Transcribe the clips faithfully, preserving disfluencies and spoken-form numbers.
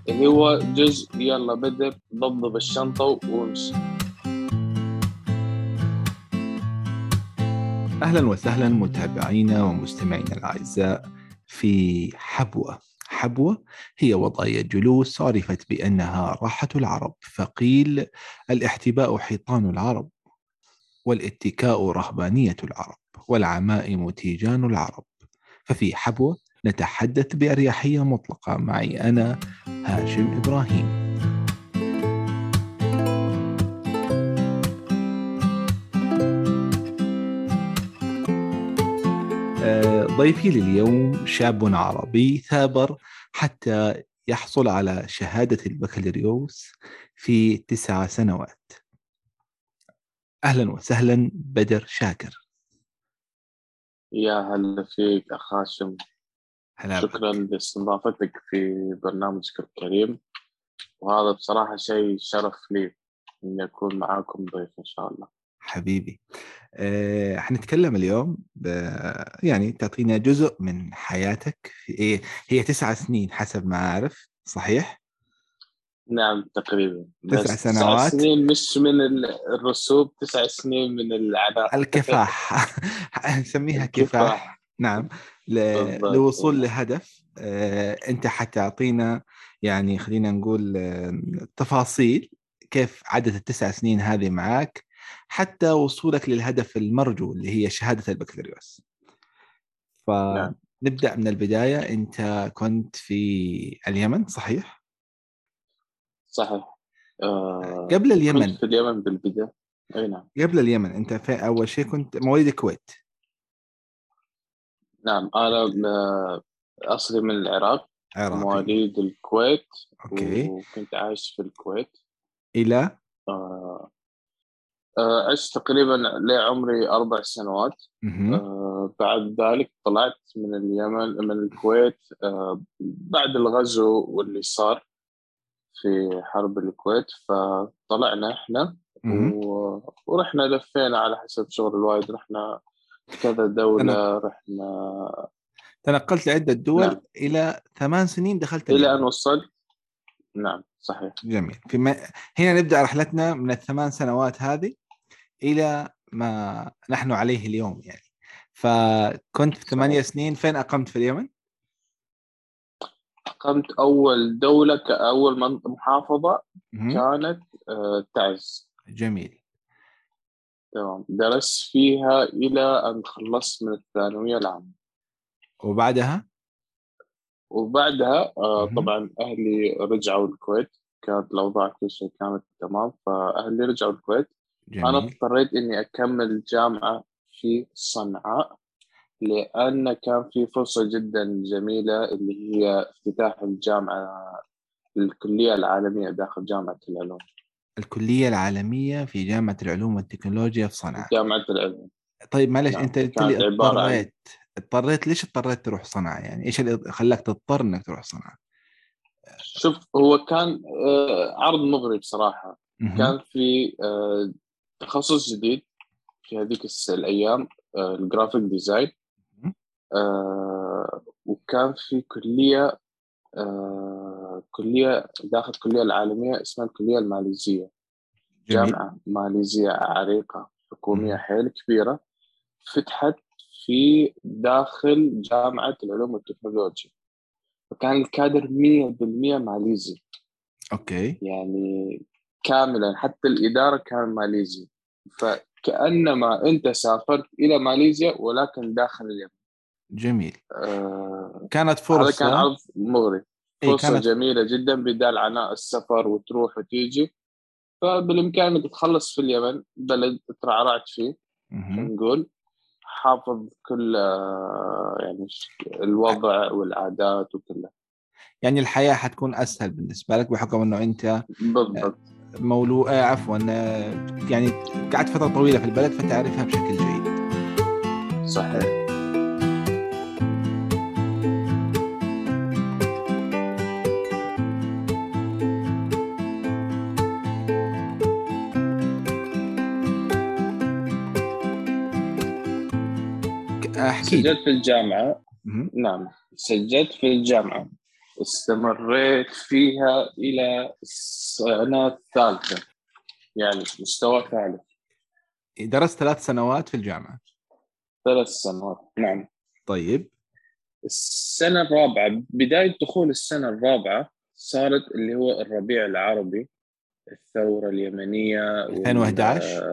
هو جزء يلا بدر ضبضب الشنطة وامشي. أهلا وسهلا متابعينا ومستمعينا الأعزاء في حبوة. حبوة هي وضعية جلوس عرفت بأنها راحة العرب، فقيل الاحتباء حيطان العرب، والاتكاء رهبانية العرب، والعمائم تيجان العرب. ففي حبوة نتحدث بأريحية مطلقة، معي أنا هاشم إبراهيم. ضيفي لليوم شاب عربي ثابر حتى يحصل على شهادة البكالوريوس في تسع سنوات. أهلا وسهلا بدر شاكر. يا هلا فيك أخ هاشم، هلا شكرا بك. لاستضافتك في برنامجك الكريم، وهذا بصراحة شيء شرف لي إني أكون معاكم ضيف إن شاء الله. حبيبي، أه حنتكلم اليوم ب... يعني تعطينا جزء من حياتك في إيه؟ هي تسع سنين حسب ما أعرف، صحيح؟ نعم تقريبا، تسع بس تسع سنوات سنين مش من ال- الرسوب، تسع سنين من العناء. الكفاح نسميها الكفاح كفاح. نعم. ل... بالضبط. لوصول لهدف. آه، أنت حتعطينا يعني خلينا نقول آه، تفاصيل كيف عدت التسع سنين هذه معك حتى وصولك للهدف المرجو اللي هي شهادة البكالوريوس. نعم فنبدأ من البداية. أنت كنت في اليمن، صحيح؟ صحيح. آه قبل كنت اليمن في اليمن بالبداية. أي نعم. قبل اليمن أنت في أول شيء كنت مواليد الكويت. نعم أنا آه، أصلي من العراق، عراقي. مواليد الكويت، أوكي. وكنت عايش في الكويت. إلى آه، آه، عشت تقريبا لعمري أربع سنوات. مهم. آه، بعد ذلك طلعت من اليمن من الكويت، آه، بعد الغزو واللي صار في حرب الكويت، فطلعنا إحنا مهم. و- ورحنا لفينا على حسب شغل الوالد، رحنا كذا تنق- دولة رحنا. تنقلت لعدة دول. نعم إلى ثمان سنين دخلت إلى أن اليمن. وصلت. نعم صحيح. جميل. في ما... هنا نبدأ رحلتنا من الثمان سنوات هذه إلى ما نحن عليه اليوم يعني. فكنت في ثمانية صحيح. سنين فين أقمت في اليمن؟ أقمت أول دولة كأول منطقة محافظة مهم. كانت آه، تعز. جميل. تمام، درست فيها إلى أن خلصت من الثانوية العامة. وبعدها؟ وبعدها آه، مهم. طبعا أهلي رجعوا الكويت، كانت الأوضاع كل شيء كانت تمام، فأهلي رجعوا الكويت. أنا جميل. اضطريت إني أكمل جامعة في صنعاء، لأن كان في فرصة جدا جميلة اللي هي افتتاح الجامعة، الكلية العالمية داخل جامعة العلوم. الكلية العالمية في جامعة العلوم والتكنولوجيا في صنعاء. جامعة العلوم. طيب معلش، نعم أنت قلت لي كانت عبارة عن، اضطريت. اضطريت ليش اضطريت تروح صنعاء؟ يعني إيش اللي خلاك تضطر إنك تروح صنعاء؟ شوف هو كان آه، عرض مغري بصراحة. مهم. كان في آه، تخصص جديد في هذيك الس- الأيام، آه، الجرافيك ديزاين. مهم. آه، وكان في كلية، آه، كلية داخل الكلية العالمية اسمها الكلية الماليزية. جميل. جامعة ماليزية عريقة حكومية مهم. حيل كبيرة، فتحت في داخل جامعة العلوم والتكنولوجيا، فكان الكادر مية بالمية ماليزي. أوكي. يعني كاملا حتى الإدارة كان ماليزي، فكأنما أنت سافرت إلى ماليزيا ولكن داخل اليمن. جميل. آه كانت هذا كان فرصة. عرض مغري، اي فرصة كانت. جميلة جدا بدال عناء السفر وتروح وتيجي. فبالإمكان تتخلص في اليمن، بلد ترعرعت فيه، مهم. نقول حافظ كل آه، يعني الوضع والعادات وكله. يعني الحياة حتكون أسهل بالنسبة لك بحكم أنه أنت بالضبط. مولود، آه عفوا، آه، يعني قعدت فترة طويلة في البلد فتعرفها بشكل جيد. صحيح. احكي لي. سجلت في الجامعة. مهم. نعم سجلت في الجامعة. استمريت فيها إلى السنة الثالثة، يعني مستوى ثالث. درست ثلاث سنوات في الجامعة. ثلاث سنوات نعم. طيب السنة الرابعة، بداية دخول السنة الرابعة صارت اللي هو الربيع العربي، الثورة اليمنية ألفين وأحد عشر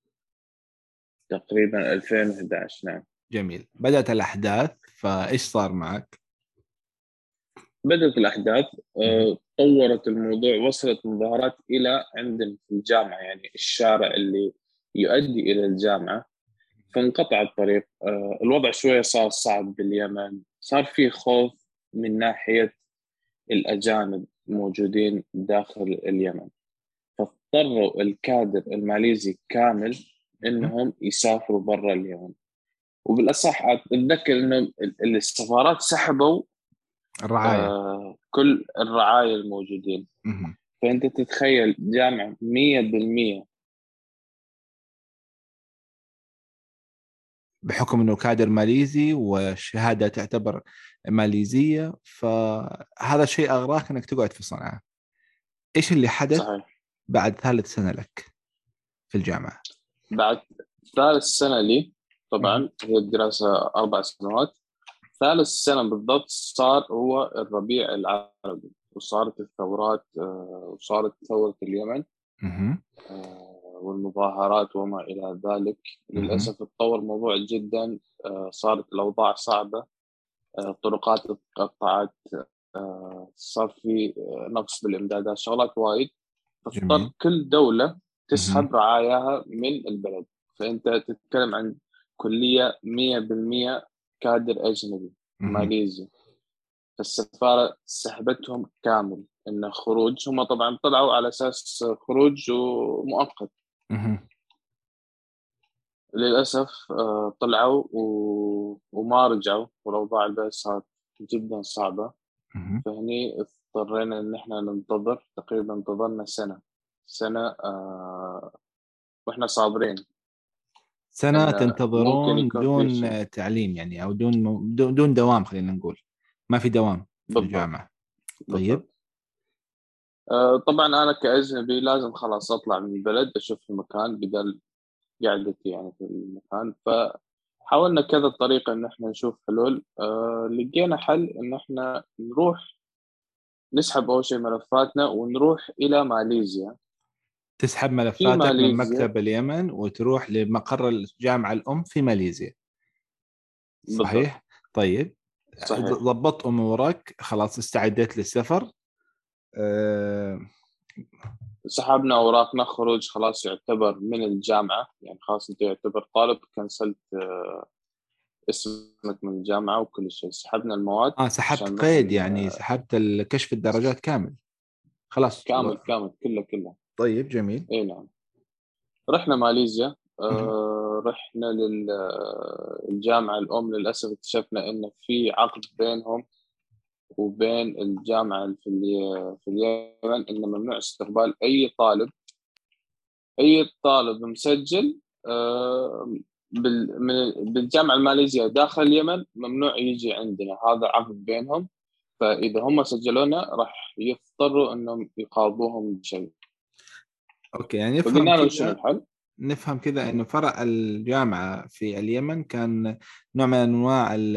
تقريبا ألفين وأحد عشر. نعم. جميل. بدأت الأحداث، فإيش صار معك؟ بدأت الأحداث، آه، طورت الموضوع، وصلت المظاهرات إلى عندنا في الجامعة، يعني الشارع اللي يؤدي إلى الجامعة، فانقطع الطريق. آه، الوضع شوية صار صعب باليمن، صار في خوف من ناحية الأجانب موجودين داخل اليمن، فاضطروا الكادر الماليزي كامل إنهم يسافروا برا اليمن. وبالأصح أتذكر إنه السفارات سحبوا الرعاية. آه كل الرعاية الموجودين. مهم. فأنت تتخيل جامعة مية بالمية بحكم أنه كادر ماليزي والشهادة تعتبر ماليزية، فهذا الشيء أغراك أنك تقعد في صنعاء. إيش اللي حدث صحيح. بعد ثالث سنة لك في الجامعة؟ بعد ثالث سنة لي، مهم. طبعا هي الدراسة أربع سنوات، ثالث سنة بالضبط صار هو الربيع العربي، وصارت الثورات، آه، وصارت ثورة اليمن، مهم. آه، والمظاهرات وما إلى ذلك. مهم. للأسف تطور الموضوع جدا، آه، صارت الأوضاع صعبة، آه، الطرقات تقطعت، آه، صار في آه، نقص بالإمدادات، شغلات وايد. جميل. تضطر كل دولة مهم. تسحب رعاياها من البلد. فأنت تتكلم عن كلية مية بالمية كادر أجنبي مهم. ماليزي، فالسفارة سحبتهم كامل. إن خروج، هم طبعا طلعوا على أساس خروج مؤقت، مهم. للأسف آه، طلعوا و... وما رجعوا، والأوضاع البلد صارت جدا صعبة. مهم. فهني اضطرينا إن إحنا ننتظر، تقريبا انتظرنا سنة سنة آه، وإحنا صابرين سنة إن ممكن تنتظرون يكون في بدون شيء. تعليم يعني، أو دون دون دون دوام، خلينا نقول ما في دوام في بالضبط. الجامعة. طيب. بالضبط. آه، طبعا أنا كأجنبي لازم خلاص أطلع من البلد، أشوف المكان بدل قعدتي يعني في المكان. فحاولنا كذا طريقة إن إحنا نشوف حلول. أه لقينا حل إن إحنا نروح نسحب أول شيء ملفاتنا ونروح إلى ماليزيا. تسحب في ملفاتك من ماليزيا. مكتب اليمن وتروح لمقر الجامعة الأم في ماليزيا. بالضبط. صحيح. طيب. صحيح. ضبطت أمورك، خلاص استعديت للسفر. أه... سحبنا أوراقنا، خروج خلاص يعتبر من الجامعة، يعني خلاص أنت يعتبر طالب، كنسلت آه، اسمك من الجامعة وكل شيء. سحبنا المواد آه سحبت عشان نروح قيد، ال- يعني سحبت كشف الدرجات كامل. خلاص. كامل كامل كله كله. طيب جميل. اي نعم. رحنا ماليزيا، مهم. آه، رحنا للجامعة الأم. للأسف اكتشفنا إن في عقد بينهم وبين الجامعة في ال- في اليمن، إن ممنوع استقبال أي طالب، أي طالب مسجل آه، بال- من- بالجامعة الماليزية داخل اليمن، ممنوع يجي عندنا. هذا عقد بينهم، فإذا هم سجلونا راح يضطروا إنهم يقاضوهم بشيء. أوكي، يعني نفهم فقلنا له شنو كذا. الحل؟ نفهم كذا م- انه فرع الجامعه في اليمن كان نوع من انواع ال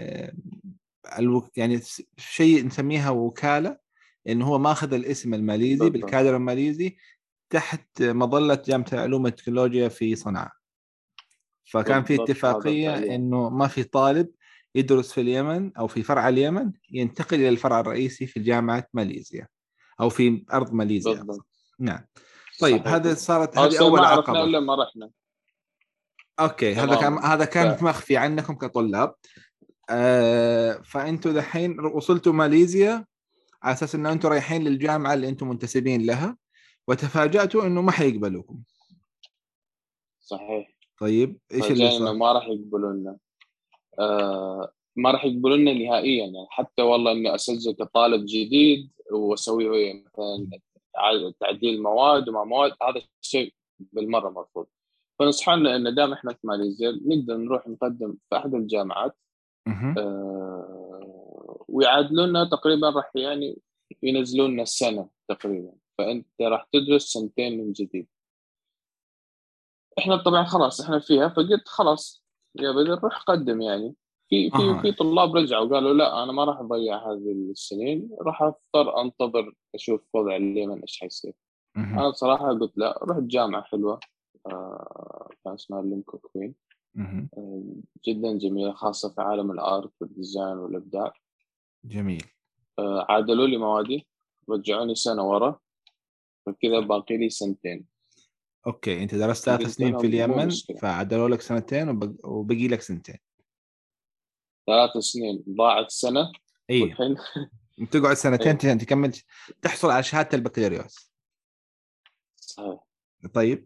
الو... يعني شيء نسميها وكاله، انه هو ماخذ الاسم الماليزي بالضبط. بالكادر الماليزي تحت مظله جامعه العلوم والتكنولوجيا في صنعاء. فكان في بالضبط هذا اتفاقيه فعليا. انه ما في طالب يدرس في اليمن او في فرع اليمن ينتقل الى الفرع الرئيسي في جامعه ماليزيا، او في ارض ماليزيا اقصد. بالضبط. نعم. طيب صحيح. هذا صارت هذه اصلا ما اول عرفنا عقبه. الا لما رحنا. اوكي، هذا كان تماما. هذا ف كان مخفي عنكم كطلاب. آه فانتوا دحين وصلتوا ماليزيا على اساس انه انتوا رايحين للجامعه اللي انتم منتسبين لها، وتفاجأتوا انه ما حيقبلوكم. صحيح. طيب ايش اللي فجأة انه صار؟ ما راح يقبلونا. آه ما راح يقبلونا نهائيا، يعني حتى والله اني اسجل كطالب جديد واسوي مثلا تع- تعديل مواد وما مواد، هذا الشيء بالمره مرفوض. فنصحنا ان دام احنا في ماليزيا نقدر نروح نقدم في احد الجامعات، اها. آه ويعادلونا تقريبا، راح يعني ينزلون السنة تقريبا، فأنت راح تدرس سنتين من جديد. إحنا طبعا خلاص إحنا فيها، فقلت خلاص يا بدر روح قدم يعني. في في اها. في طلاب رجعوا قالوا لا أنا ما راح أضيع هذه السنين، راح أضطر أنتظر أشوف وضع اليمن إيش حيصير. مهم. أنا بصراحة قلت لا، رحت جامعة حلوة آه كان اسمها لينكو كوين. مهم. آه جدا جميلة، خاصة في عالم الآرت والديزاين والإبداع. جميل. آه عادلوا لي موادي، رجعوني سنة ورا، فكذا باقي لي سنتين. اوكي، انت درست ثلاث فقلت سنين في لهم مو اليمن مشكلة. فعدلوا لك سنتين وبق... وبقي لك سنتين. ثلاث سنين ضاعت سنة، اي، والحين تقعد سنتين إيه عشان تكمل تحصل على شهادة البكالوريوس. صحيح. طيب.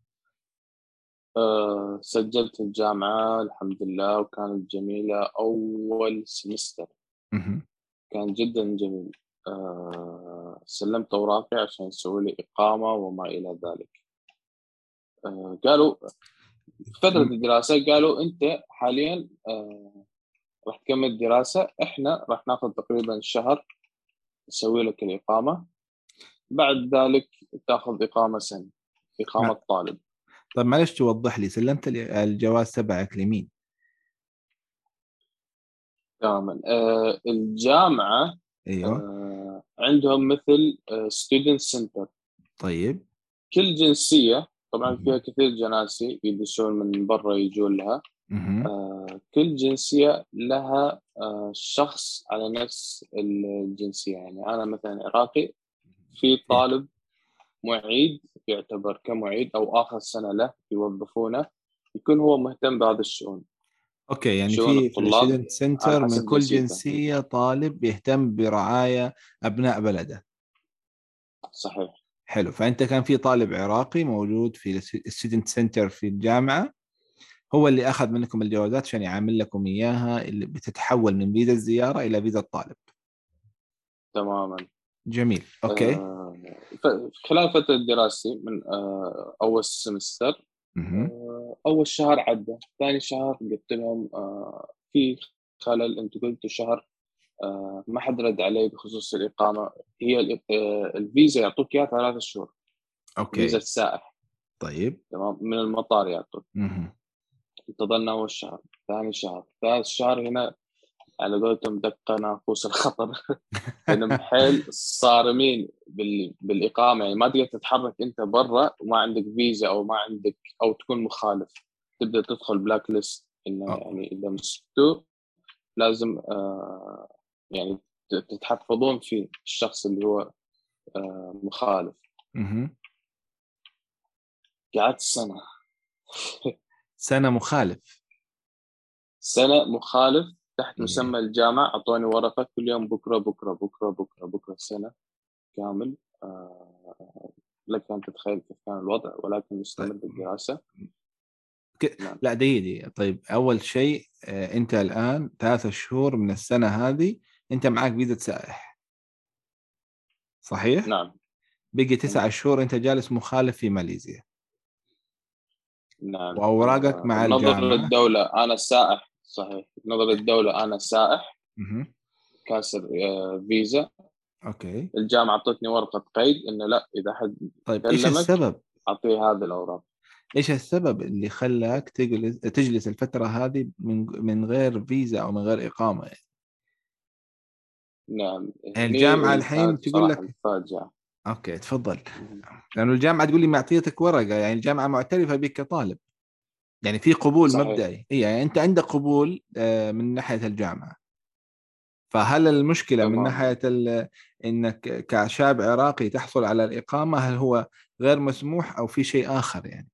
آه سجلت في الجامعة الحمد لله، وكانت جميلة. أول سمستر مهم. كان جدا جميل. آه سلمت أوراقي عشان يسوي لي إقامة وما إلى ذلك. آه قالوا في فترة م- الدراسة، قالوا أنت حاليا آه راح تكمل دراسة، إحنا راح ناخذ تقريبا شهر نسوي لك الإقامة، بعد ذلك تاخذ إقامة سنة، إقامة ما... طالب. طيب معلش توضح لي، سلمت ال- الجواز تبعك لمين؟ تماما. آه الجامعة ايوه. آه عندهم مثل آه student center. طيب. كل جنسية طبعا مهم. فيها كثير جناسي يدرسون من برا يجون لها. مهم. آه كل جنسية لها آه شخص على نفس الجنسية. يعني أنا مثلا عراقي، في إيه. طالب معيد يعتبر كمعيد أو آخر سنة له يوظفونه، يكون هو مهتم بهذا الشؤون، اوكي، يعني شؤون في في الطلاب الستودنت على سنتر من حسب كل جنسيته. جنسية طالب يهتم برعاية أبناء بلده. صحيح. حلو، فأنت كان في طالب عراقي موجود في الستودنت سنتر في الجامعة، هو اللي أخذ منكم الجوازات عشان يعامل لكم إياها، اللي بتتحول من فيزا الزيارة إلى فيزا الطالب. تماما. جميل، أوكي. آه، ف- خلال فترة دراستي من آه، أول سمستر، مهم. آه، أول شهر عدى، ثاني شهر قلت لهم آه، في خلل، أنتم قلتوا شهر آه، ما حد رد علي بخصوص الإقامة. هي ال- آه، الفيزا يعطوك إياها ثلاثة شهور، فيزا أوكي. السائح. طيب. تمام، من المطار يعطوك. مهم. انتظرنا أول شهر، ثاني شهر، ثالث شهر، هنا على قولتهم دق ناقوس الخطر. لأنهم حيل صارمين بال... بالإقامة. يعني ما تقدر تتحرك أنت برا وما عندك فيزا أو ما عندك، أو تكون مخالف، تبدأ تدخل بلاك ليست. إنه أه. يعني إذا مسكتوه لازم آه يعني ت- تتحفظون في الشخص اللي هو آه مخالف. مهم. قعدت سنة. سنة مخالف. سنة مخالف تحت إيه. مسمى الجامعة. أعطوني ورقة كل يوم بكرة بكرة بكرة بكرة بكرة، سنة كامل. آه لك أن تتخيل كيف كان الوضع، ولكن طيب. مستمر بالدراسة. ك... نعم. لا، دقيقة. طيب، أول شيء آه، أنت الآن ثلاثة شهور من السنة هذه أنت معك فيزا سائح، صحيح؟ نعم. بقي تسعة نعم. شهور أنت جالس مخالف في ماليزيا، نعم. وأوراقك آه مع بنظر الجامعة. الدولة أنا سائح، صحيح، بنظر الدولة أنا سائح مهم. كاسر آه فيزا. أوكي. الجامعة أعطتني ورقة قيد إنه لا، إذا حد طيب، إيش كلمك السبب؟ أعطيه هذه الأوراق. إيش السبب اللي خلاك تجلس تجلس الفترة هذه من من غير فيزا أو من غير إقامة يعني؟ نعم، يعني هني الجامعة اللي الحين كانت تقول بصراحة لك. الفاجعة. أوكي، تفضل. مهم. لأنه الجامعة تقول لي معطيتك ورقة، يعني الجامعة معترفة بك كطالب، يعني في قبول صحيح. مبدئي. إيه، يعني أنت عندك قبول آه، من ناحية الجامعة. فهل المشكلة من تماما. ناحية ال... إنك كشاب عراقي تحصل على الإقامة، هل هو غير مسموح أو في شيء آخر يعني؟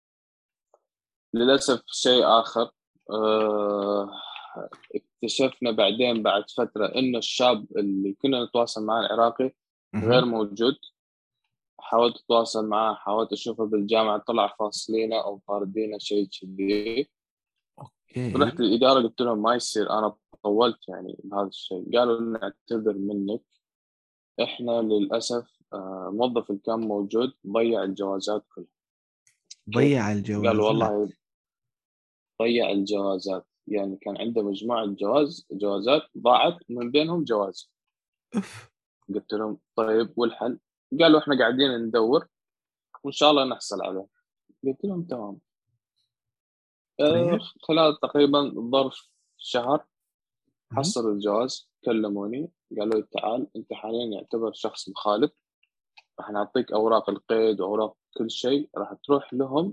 للأسف شيء آخر. آه اكتشفنا بعدين بعد فترة إنه الشاب اللي كنا نتواصل معه العراقي غير مهم. موجود. حاولت أتواصل معاه، حاولت أشوفه بالجامعة، طلع فاصلينه أو طاردينه شيء كذي. رحت أوكي. الإدارة قلت لهم ما يصير، أنا طولت يعني بهذا الشيء. قالوا نعتذر منك، إحنا للأسف آه، موظف اللي كان موجود ضيع الجوازات كلها. كيف؟ ضيع قالوا الجوازات. والله ضيع الجوازات. يعني كان عنده مجموعة جواز جوازات ضاعت، من بينهم جواز. قلت لهم طيب والحل؟ قالوا إحنا قاعدين ندور وإن شاء الله نحصل عليه. قلت لهم تمام. آه، طيب. خلال تقريبا ظرف شهر مهم. حصل الجواز، كلموني قالوا لي تعال أنت حاليا يعتبر شخص مخالف، راح نعطيك أوراق القيد وأوراق كل شيء، راح تروح لهم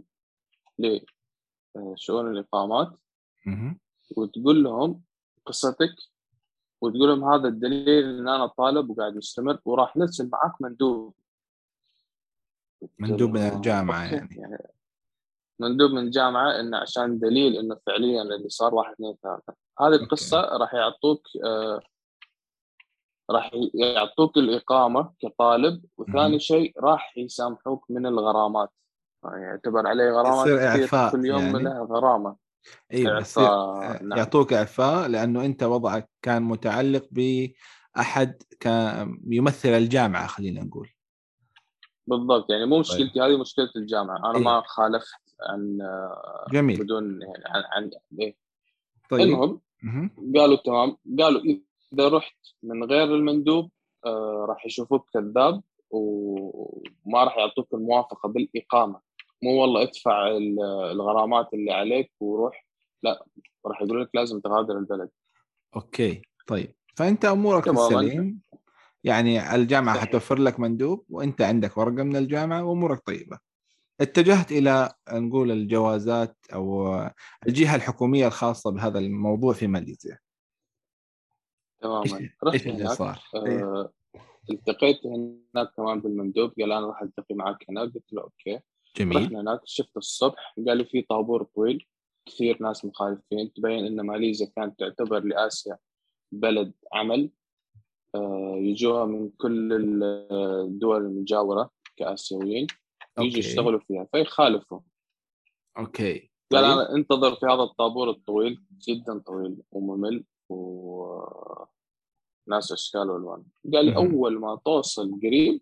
لشؤون الإقامات مهم. وتقول لهم قصتك، وتقول لهم هذا الدليل ان انا طالب وقاعد مستمر، وراح نرسل معاك مندوب. قلت مندوب من لهم الجامعة اوكي، يعني. يعني مندوب من الجامعه انه عشان دليل انه فعليا اللي صار واحد اثنين ثلاثه. هذه القصه أوكي. راح يعطوك آه راح يعطوك الاقامه كطالب، وثاني مهم. شيء راح يسامحوك من الغرامات، يعني يعتبر عليه غرامات يصير كثير، إعفاء كل يوم يعني. له غرامه. ايوه يصير. اعفاء، نعم. يعطوك اعفاء لانه انت وضعك كان متعلق باحد كان يمثل الجامعه، خلينا نقول. بالضبط، يعني مو طيب. مشكلتي هذه، مشكله الجامعه، انا ايه. ما خالفت عن آه، جميل. بدون يعني عن, عن إيه. طيب. المهم مهم. قالوا تمام، قالوا اذا رحت من غير المندوب آه راح يشوفوك كذاب وما راح يعطوك الموافقه بالاقامه، مو والله ادفع ال- الغرامات اللي عليك وروح، لا، راح يقول لك لازم تغادر البلد. اوكي. طيب فانت امورك في تماما. السليم، يعني الجامعه صحيح. حتوفر لك مندوب وانت عندك ورقه من الجامعه وامورك طيبه. اتجهت الى نقول الجوازات او الجهه الحكوميه الخاصه بهذا الموضوع في ماليزيا. ايش تماما، ايش رحت اللي هناك. صار؟ ايه. آه التقيت هناك كمان بالمندوب، قال انا راح التقي معك هناك، قلت له اوكي. جميل. رحنا هناك، شفت الصبح قال لي في طابور طويل، كثير ناس مخالفين، تبين ان ماليزيا كانت تعتبر لآسيا بلد عمل، آه، يجوها من كل الدول المجاورة كآسيويين، يجوا اوكي. يشتغلوا فيها فيخالفوا. اوكي. قال طيب. انا انتظر في هذا الطابور الطويل جدا طويل وممل وناس اشكال والوان. قال لي مهم. اول ما توصل قريب،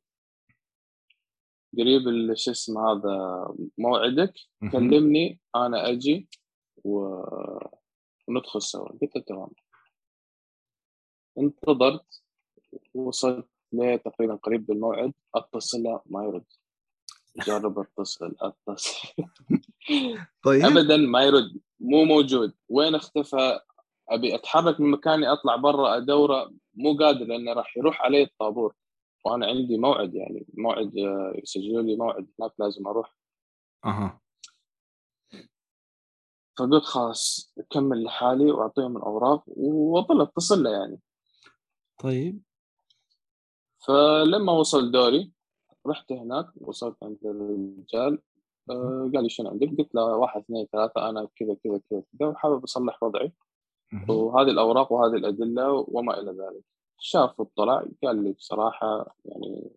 قريب ال- شو اسمه هذا، موعدك، مهم. كلمني انا اجي و- وندخل سوا. قلت له تمام. انتظرت، وصلت ليه تقريبا قريب بالموعد، اتصل له ما يرد، جرب اتصل اتصل طيب. ابدا ما يرد، مو موجود، وين اختفى؟ ابي اتحرك من مكاني اطلع برا ادوره، مو قادر لانه راح يروح علي الطابور، وانا عندي موعد، يعني موعد آه، يسجلوا لي موعد هناك لازم اروح. اها. فقلت خلاص اكمل لحالي واعطيهم الاوراق واظل اتصل له يعني. طيب. فلما وصل دوري رحت هناك، وصلت عند الرجال. مهم. آه، قال لي شنو عندك؟ قلت له واحد اثنين ثلاثة، أنا كذا كذا كذا كذا وحابب أصلح وضعي، مهم. وهذه الأوراق وهذه الأدلة وما إلى ذلك. شاف واطلع، قال لي بصراحة يعني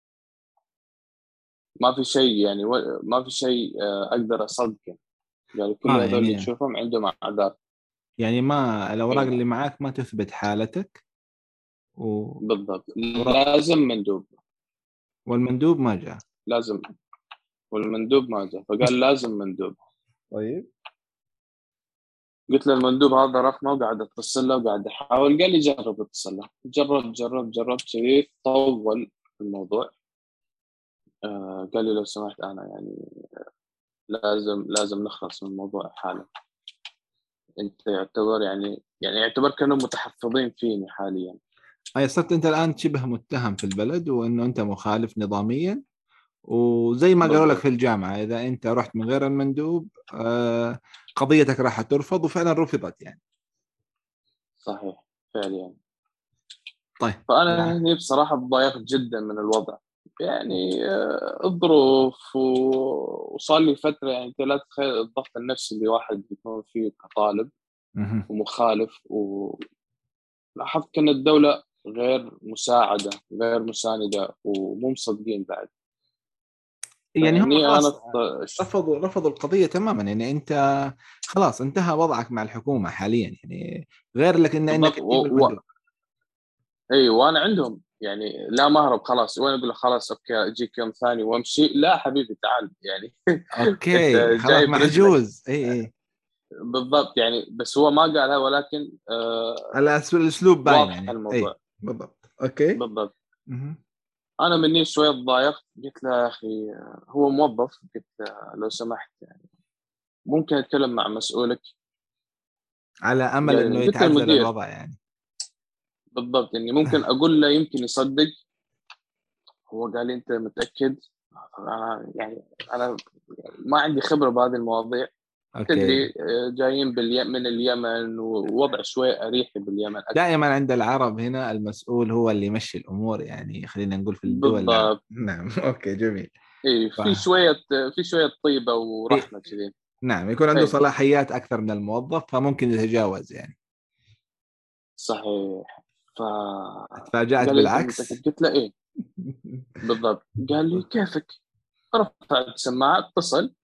ما في شيء، يعني و- ما في شيء آه، أقدر أصدقه. قال لي كل اه هذول اللي يعني تشوفهم عندهم أعذار. يعني ما الاوراق إي اللي نعم، معاك ما تثبت حالتك و... بالضبط، أوراق... لازم مندوب، والمندوب ما جاء. لازم، والمندوب ما جاء، فقال لازم مندوب. طيب. قلت له المندوب هذا رقمه، وقاعد اتصل له وقاعد احاول. قال لي جرب اتصل له، جرب جرب جرب كذي، طول الموضوع. آه قال لي لو سمحت انا يعني لازم لازم نخلص من الموضوع حالا. انت يعتبر يعني يعني يعتبر كانوا متحفظين فيني حاليا. اي صرت انت الان شبه متهم في البلد وانه انت مخالف نظاميا، وزي ما قالوا لك في بالضبط. الجامعه اذا انت رحت من غير المندوب آه قضيتك راح ترفض، وفعلا رفضت يعني. صحيح، فعليا. طيب. فانا لا. هني بصراحه تضايقت جدا من الوضع، يعني آه، الظروف و- وصار لي فتره، يعني انت لا تتخيل الضغط النفسي اللي واحد يكون فيه كطالب مهم. ومخالف. ولاحظت كأن الدولة غير مساعدة، غير مساندة، ومو مصدقين بعد. يعني هم فهني أنا خلاص ط- رفضوا رفضوا القضية تماما، يعني انت خلاص انتهى وضعك مع الحكومة حاليا، يعني غير لك ان انك بالضبط تجيب و... و... المندوب. أي، وأنا عندهم يعني لا مهرب خلاص، وين أقول له خلاص أوكي أجيك يوم ثاني وأمشي؟ لا حبيبي تعال يعني أنت اوكي خلاص جاي برجلك. محجوز. اي اي. بالضبط يعني، بس هو ما قالها، ولكن آه على أسلوب الأسلوب باين واضح يعني. الموضوع. أي بالضبط. أوكي. بالضبط. مهم. أنا مني شوية ضايقت، قلت له يا أخي آه، هو موظف، قلت له لو سمحت يعني ممكن أتكلم مع مسؤولك. على أمل قال إنه لي، قلت له يتعدل المدير. الوضع يعني. بالضبط، إني ممكن أقول له يمكن يصدق. هو قال لي أنت متأكد؟ أنا يعني أنا ما عندي خبرة بهذه المواضيع. أوكي. تدري آه، جايين بالي... من اليمن، ووضع شوية أريحي باليمن أكثر. دائما عند العرب هنا المسؤول هو اللي يمشي الأمور، يعني خلينا نقول في الدول العرب. بالضبط. نعم. أوكي جميل. إيه، ف... في شوية في شوية طيبة في... ورحمة كذي. نعم، يكون عنده إيه، صلاحيات أكثر من الموظف فممكن يتجاوز يعني. صحيح. ف تفاجأت قال لي أنت متأكد؟ بالعكس. قلت له إيه. بالضبط. قال لي كيفك؟ رفع السماعة، اتصل.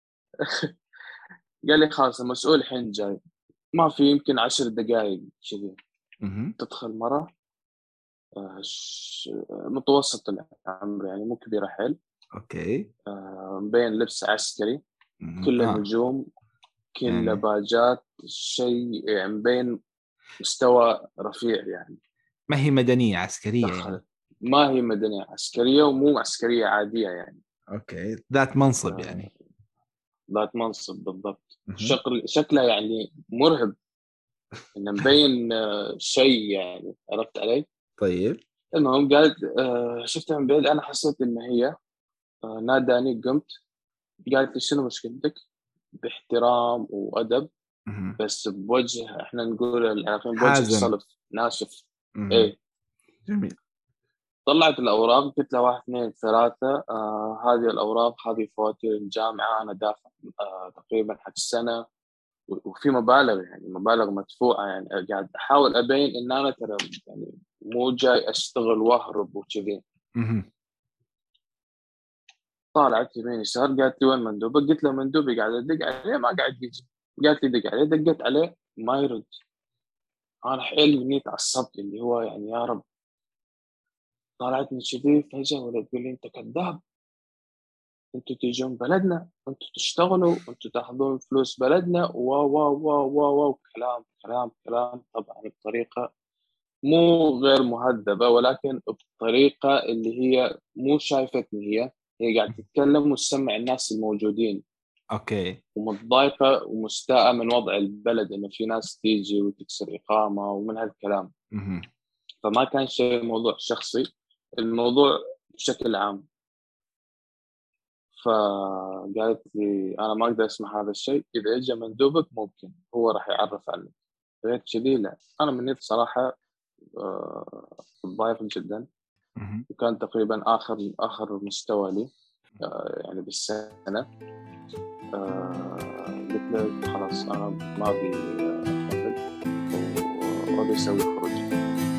قال لي خلاص المسؤول الحين جاي، ما في يمكن عشر دقائق كذي. مهم. تدخل مرة آه، ش- متوسط العمر يعني، مو كبيرة حيل، أوكي. آه، مبين لبس عسكري، مهم. كل آه النجوم، كل يعني باجات، شيء يعني مبين مستوى رفيع يعني. ما هي مدنية عسكرية دخل، يعني. ما هي مدنية عسكرية، ومو عسكرية عادية يعني. أوكي، ذات منصب آه، يعني. ذات منصب بالضبط. مهم. شكل شكله يعني مرهب، انه مبين آه، شيء يعني، عرفت علي. طيب. المهم قالت آه، شفتها من بعيد، انا حسيت ان هي آه، ناداني، قمت. قالت لي شنو مشكلتك؟ باحترام وادب، مهم. بس بوجه، احنا نقول العراقيين بوجه حازم. صلف ناشف. مهم. ايه. جميل. طلعت الاوراق، قلت له واحد اثنين ثلاثه، آه هذه الاوراق، هذه فواتير الجامعه، انا دافع آه تقريبا حق السنه، وفي مبالغ يعني، مبالغ مدفوعه يعني. قاعد احاول ابين ان انا ترى يعني مو جاي اشتغل واهرب وكذي. مهم. طالعت يمين يسار، قالت لي وين مندوبك؟ قلت له مندوبي قاعد ادق عليه ما قاعد يجي. قالت لي دق عليه، دقيت عليه ما يرد. انا حيل مني تعصبت، اللي هو يعني يا رب. طلعت من كذي فجاه ولا تقول لي انت كذاب، انتوا تيجون بلدنا، انتوا تشتغلوا، انتوا تاخذون فلوس بلدنا، و و و و و كلام كلام كلام، طبعا بطريقه مو غير مهذبه، ولكن بطريقه اللي هي مو شايفتني هي، هي قاعده تتكلم وتسمع الناس الموجودين، أوكي. ومتضايقه ومستاءه من وضع البلد، انه في ناس تيجي وتكسر اقامه ومن هالكلام. مهم. فما كان شيء موضوع شخصي، الموضوع بشكل عام. فقالت لي انا ما اقدر اسمع هذا الشيء، اذا اجى مندوبك ممكن هو راح يعرف عنك. غير كذي لا. انا من نيت صراحه آه، ضايق جدا، مهم. وكان تقريبا اخر اخر مستوى لي آه، يعني بالسنه. آه، قلت له خلاص انا ما ابي آه، اكمل، وابي اسوي خروج.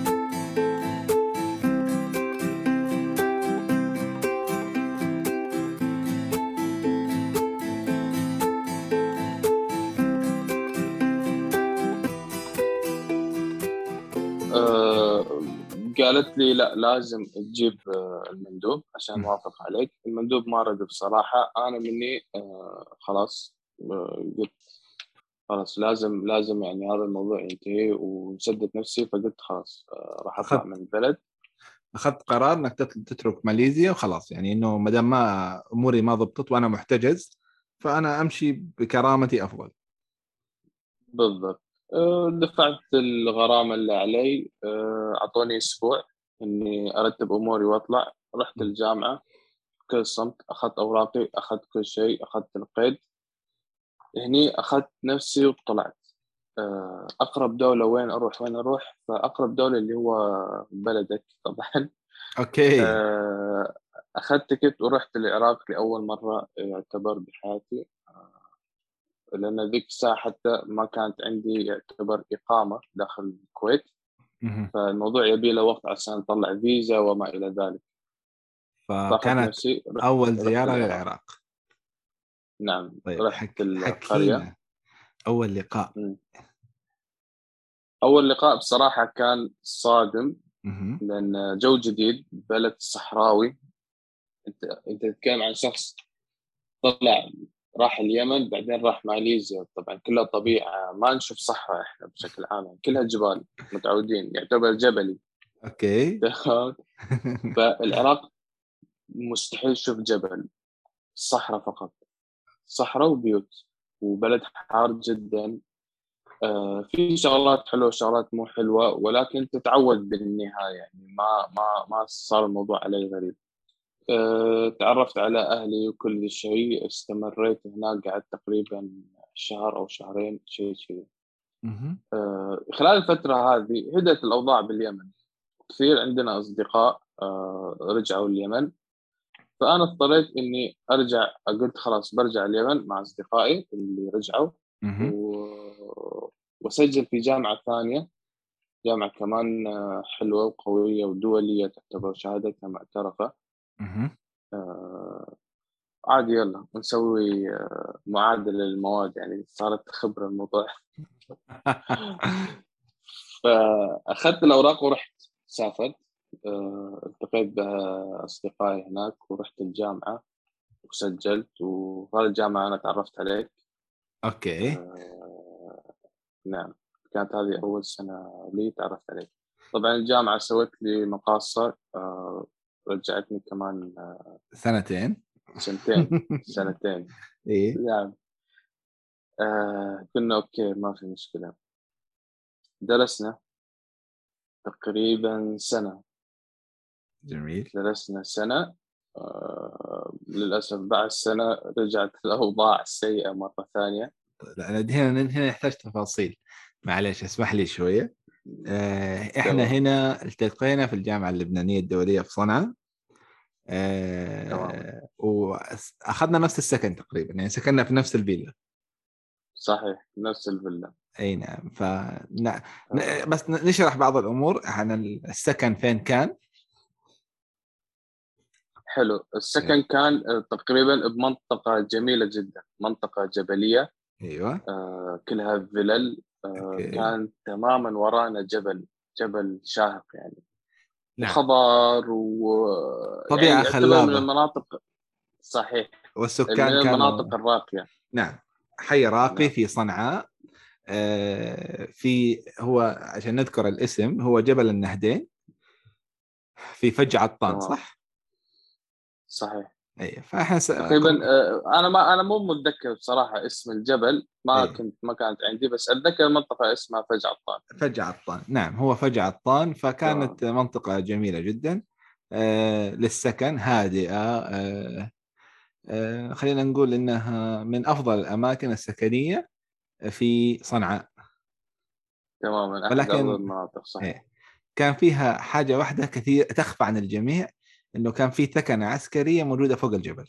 آه، قالت لي لا، لازم تجيب آه، المندوب عشان نوافق عليك. المندوب ما رد بصراحة. أنا مني آه، خلاص آه، قلت خلاص لازم لازم يعني هذا الموضوع ينتهي، وسدت نفسي، فقلت خلاص آه، راح أطلع أخذت من البلد. أخذت قرار إنك تت- تترك ماليزيا وخلاص، يعني إنه ما دام ما أموري ما ضبطت وأنا محتجز فأنا أمشي بكرامتي أفضل. بالضبط. آه، دفعت الغرامة اللي علي، آه، أعطوني أسبوع إني أرتب أموري وأطلع. رحت الجامعة بكل صمت، أخذت أوراقي، أخذت كل شيء، أخذت القيد. هني أخذت نفسي وطلعت. آه، أقرب دولة وين أروح وين أروح؟ فأقرب دولة اللي هو بلدك طبعا. أوكي. آه، أخذت تكت ورحت العراق لأول مرة يعتبر بحياتي، لأن ذيك الساعة حتى ما كانت عندي يعتبر إقامة داخل الكويت. مهم. فالموضوع يبي له وقت عشان نطلع فيزا وما إلى ذلك. فأخذت فكانت نفسي رحت أول رحت زيارة العراق. للعراق. نعم، طيب رحت حك... القرية. حكينا أول لقاء. م. أول لقاء بصراحة كان صادم، مهم. لأن جو جديد، بلد صحراوي. أنت أنت تتكلم عن شخص طلع راح اليمن، بعدين راح ماليزيا. طبعا كلها طبيعة، ما نشوف صحراء إحنا بشكل عام، كلها جبال، متعودين، يعتبر جبلي. اوكي. فالعراق مستحيل تشوف جبل، صحراء فقط، صحراء وبيوت، وبلد حار جدا. آه، في شغلات حلوة وشغلات مو حلوة، ولكن تتعود بالنهاية، يعني ما ما ما صار الموضوع علي غريب. آه، تعرفت على أهلي وكل شيء، استمريت هناك، قعدت تقريبا شهر أو شهرين، شيء شيء. مهم. آه، خلال الفترة هذه هدأت الأوضاع باليمن. كثير عندنا أصدقاء آه، رجعوا اليمن، فأنا اضطريت إني أرجع. قلت خلاص برجع اليمن مع أصدقائي اللي رجعوا، مهم. و... وسجل في جامعة ثانية، جامعة كمان آه، حلوة وقوية ودولية، تعتبر شهادتها معترفة. مهم. آه، عادي، يلا نسوي آه، معادلة للمواد، يعني صارت خبرة الموضوع. فأخذت الأوراق ورحت، سافرت. آه، التقيت بأصدقائي هناك ورحت الجامعة وسجلت، وهذه الجامعة أنا تعرفت عليك. اوكي. آه، نعم، كانت هذه أول سنة لي تعرفت عليك. طبعا الجامعة سوت لي مقاصة، آه، رجعتني كمان آه، سنتين. سنتين، سنتين. ايه. نعم. آه، كنا أوكي، ما في مشكلة. درسنا تقريبا سنة، جميل. درسنا سنة. آه، للأسف بعد سنة رجعت الأوضاع السيئة مرة ثانية. لا أنا هنا هنا نحتاج تفاصيل، معلش اسمح لي شوية. آه، احنا تمام، هنا التقينا في الجامعة اللبنانية الدولية في صنعاء. تمام، آه، وأخذنا نفس السكن تقريبا، يعني سكننا في نفس الفيلا. صحيح، نفس الفيلا. أي نعم. ف ن- ن- آه، بس نشرح بعض الأمور عن السكن فين كان. حلو. السكن كان آه، تقريبا بمنطقة جميلة جدا، منطقة جبلية، أيوة. آه، كلها فلل. آه، أوكي. كان تماما ورانا جبل، جبل شاهق يعني، نعم. وخضار، ويعني طبيعة يعتبر من خلابة. المناطق، صحيح، من والسكان كانوا. المناطق الراقية. نعم. حي راقي نعم، في صنعاء. آه، في هو عشان نذكر الاسم، هو جبل النهدين في فج عطان، تمام، صح؟ صحيح. اي فاحنا س... تقريبا كم... آه، انا ما انا مو متذكر بصراحه اسم الجبل، ما اي كنت ما كانت عندي، بس اتذكر منطقه اسمها فج عطان. فج عطان، نعم هو فج عطان. تمام، فكانت منطقة جميلة جدا، آه، للسكن، هادئة. آه، آه، خلينا نقول انها من افضل الاماكن السكنية في صنعاء. تماما، احد افضل ولكن المناطق، صحيح. إيه، كان فيها حاجة واحدة كثير تخفى عن الجميع، انه كان في ثكنة عسكرية موجودة فوق الجبل.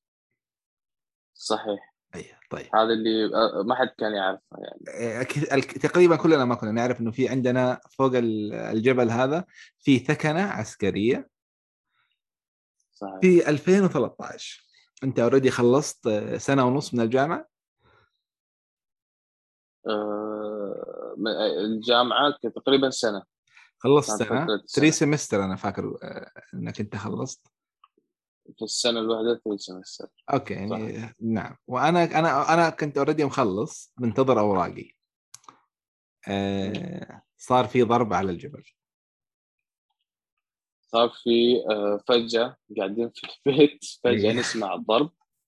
صحيح، اي طيب. هذا اللي آه، ما حد كان يعرفه يعني. أكيد- الك- تقريبا كلنا ما كنا نعرف انه في عندنا فوق ال- الجبل هذا في ثكنة عسكرية. صحيح. في ألفين وثلاثة عشر انت اوريدي خلصت آه، سنة ونص من الجامعة. آه، م- الجامعه كانت تقريبا سنه، خلصت كانت سنة فتره ثري سنه. سمستر انا فاكر آه، انك انت خلصت. في السنه الواحده ثلاث سنوات. اوكي صح. يعني نعم. وانا انا انا كنت اوريدي مخلص منتظر اوراقي. مم. آه، صار في ضرب على الجبل. صار في آه، فجاه قاعدين في البيت، فجاه اي نسمع الضرب.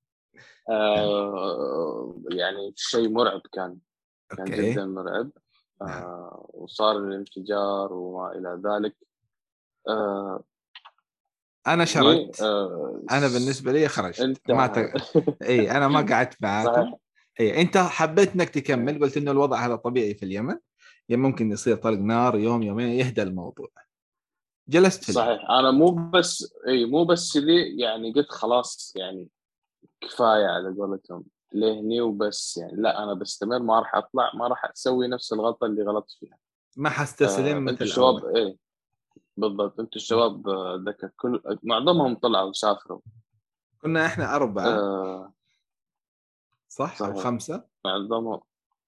آه، يعني شيء مرعب كان، كان اوكي. جدا مرعب. نعم. آه، وصار الانفجار وما إلى ذلك. آه، انا هني شردت. آه، انا بالنسبه لي خرجت، انت ما ت... اي انا ما قعدت معاكم. صحيح، اي انت حبيت انك تكمل، قلت انه الوضع هذا طبيعي في اليمن، يعني ممكن يصير طلق نار يوم يومين يهدى الموضوع. جلست في البيت. صحيح. انا مو بس اي مو بس لي، يعني قلت خلاص يعني كفايه على قولتهم، لهني وبس، يعني لا، انا بستمر، ما راح اطلع، ما راح اسوي نفس الغلطه اللي غلطت فيها. ما حستسلم آه، مثل انتم اول. الشباب، ايه بالضبط، انتم الشباب آه، ذكر كل معظمهم طلعوا وسافروا. كنا احنا اربعه، آه، صح او صحيح، خمسه. معظمهم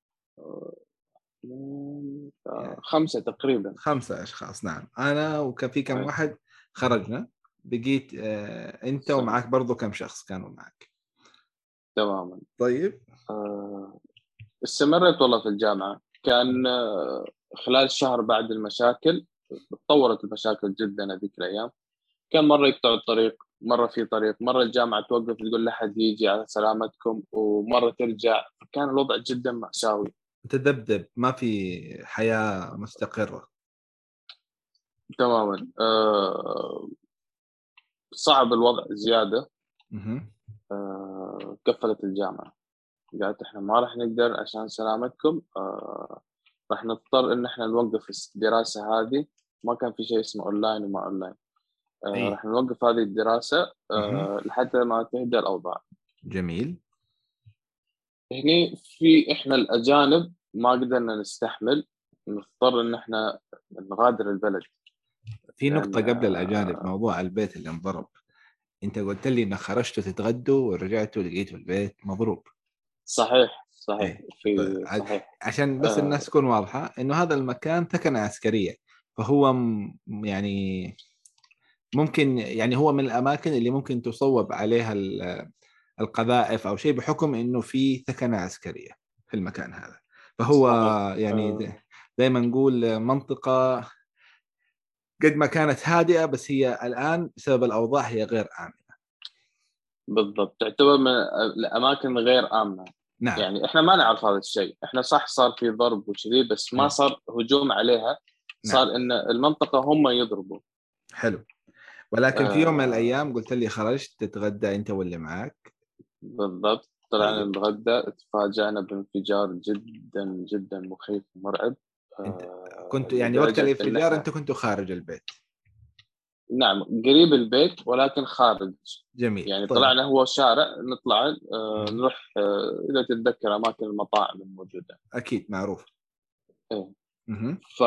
اثنين، آه، يعني خمسة تقريبا. خمسه اشخاص، نعم. انا وكان في كم أي. واحد خرجنا. بقيت آه، انت صحيح، ومعك برضو كم شخص كانوا معك. تماما. طيب. آه، استمرت والله في الجامعة. كان آه، خلال شهر بعد المشاكل تطورت المشاكل جدا هذيك الأيام. كان مرة يقطع الطريق، مرة في طريق، مرة الجامعة توقف تقول لحد يجي على سلامتكم، ومرة ترجع. كان الوضع جدا مأساوي. تذبذب، ما في حياة مستقرة. تماما. آه، صعب الوضع زيادة. مهم. آه، قفلت الجامعة، قالت احنا ما راح نقدر عشان سلامتكم. آه، راح نضطر ان احنا نوقف الدراسة هذه. ما كان في شيء اسمه اونلاين وما اونلاين. آه، اي. راح نوقف هذه الدراسة مهم. آه، لحتى ما تهدى الأوضاع. جميل. هني في إحنا الأجانب ما قدرنا نستحمل، نضطر إن إحنا نغادر البلد. في لأن نقطة قبل الأجانب، آه، موضوع البيت اللي انضرب. أنت قلت لي إن خرجتوا تتغدوا ورجعتوا لقيتوا البيت مضروب. صحيح صحيح إيه. في ف- صحيح. عشان بس الناس آه، تكون واضحة إنه هذا المكان ثكنة عسكرية، فهو م- يعني ممكن، يعني هو من الأماكن اللي ممكن تصوب عليها ال- القذائف أو شيء، بحكم إنه في ثكنة عسكرية في المكان هذا. فهو صحيح. يعني آه، دائما نقول منطقة قد ما كانت هادئة، بس هي الآن بسبب الأوضاع هي غير آمنة. بالضبط، تعتبر من الأماكن غير آمنة. نعم. يعني إحنا ما نعرف هذا الشيء. إحنا صح صار في ضرب وكذي، بس ما إيه. صار هجوم عليها. نعم. صار إن المنطقة هم يضربوا. حلو. ولكن في يوم من آه، الأيام قلت لي خرجت تتغدى أنت واللي معك. بالضبط، طلعنا طيب. نتغدى، تفاجأنا بانفجار جدا جدا مخيف ومرعب. أنت آه، كنت يعني وقت لدرجة إن الانفجار أنت إحنا، كنت خارج البيت؟ نعم، قريب البيت ولكن خارج. جميل. يعني طيب. طلعنا هو شارع نطلع، آه، مهم. نروح، آه، إذا تتذكر أماكن المطاعم الموجودة. أكيد معروف. إيه. مهم. ف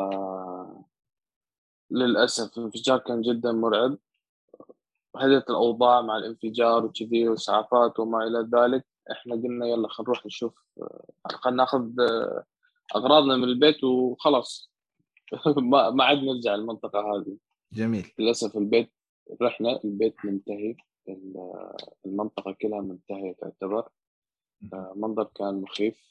للأسف الانفجار كان جدا مرعب. هدت الأوضاع مع الانفجار وكذي وإسعافات وما إلى ذلك. إحنا قلنا يلا خلينا نروح نشوف، آه، خلينا ناخذ آه، أغراضنا من البيت وخلاص. ما ما عاد نرجع المنطقة هذه. جميل. للأسف البيت، رحنا البيت منتهي. ال- المنطقة كلها منتهية تعتبر. مهم. آه، منظر كان مخيف.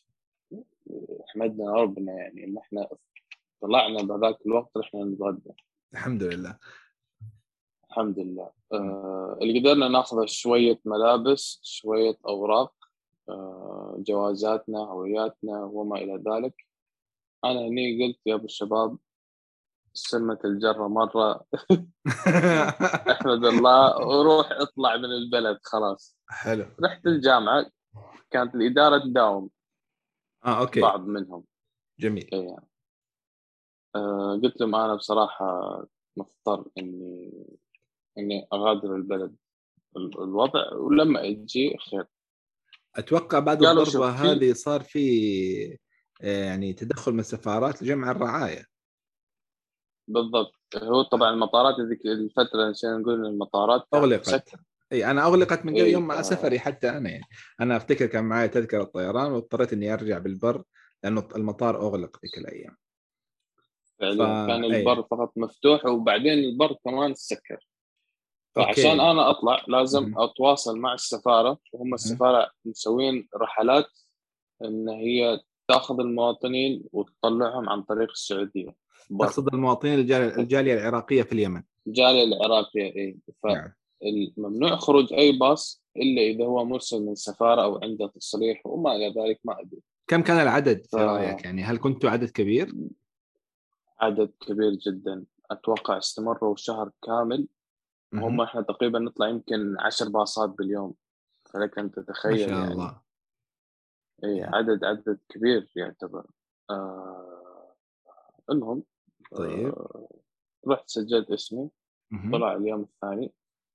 حمدنا ربنا يعني إن إحنا طلعنا بهذاك الوقت رحنا نتغدى. الحمد لله. الحمد لله. مم. آه، اللي قدرنا ناخذ شوية ملابس، شوية أوراق، آه، جوازاتنا، هوياتنا وما إلى ذلك. أنا هني قلت يا أبو الشباب، سمة الجرة مرة. احمد الله وروح اطلع من البلد خلاص. حلو. رحت الجامعة، كانت الإدارة تداوم آه أوكي. بعض منهم. جميل. إيه يعني. آه قلت لهم أنا بصراحة مضطر إني إني أغادر البلد. ال- الوضع ولما أجي خير. أتوقع بعد قالوا شوف الضربة في، هذه صار في آه، يعني تدخل من السفارات لجمع الرعاية. بالضبط. هو طبعا المطارات هذيك الفترة نسينا نقول إن المطارات كانت أغلقت. مسكرة. اي انا اغلقت من قبل إيه. يوم ما آه سفري حتى انا يعني. انا افتكر كان معي تذكره طيران واضطريت اني ارجع بالبر لانه المطار اغلق ذيك الايام. فعليا كان فا اي. البر فقط مفتوح، وبعدين البر كمان سكر. فعشان اوكي. انا اطلع لازم مهم. اتواصل مع السفاره، وهم مهم. السفاره مسوين رحلات ان هي تاخذ المواطنين وتطلعهم عن طريق السعوديه برا. تقصد المواطنين الجاليه الجاليه العراقيه في اليمن؟ الجاليه العراقيه ايه. نعم. فممنوع خروج اي باص الا اذا هو مرسل من سفاره او عنده تصريح وما الى ذلك، ما ادري. كم كان العدد في رايك؟ فعدد يعني هل كنتوا عدد كبير؟ كبير جدا. اتوقع استمروا شهر كامل. مهم. وهم احنا تقريبا نطلع يمكن عشر باصات باليوم. فلك ان ما تتخيل شاء يعني. الله. اي إيه. عدد عدد كبير يعتبر. آه المهم، طيب. آه رحت سجلت اسمي. مهم. طلع اليوم الثاني،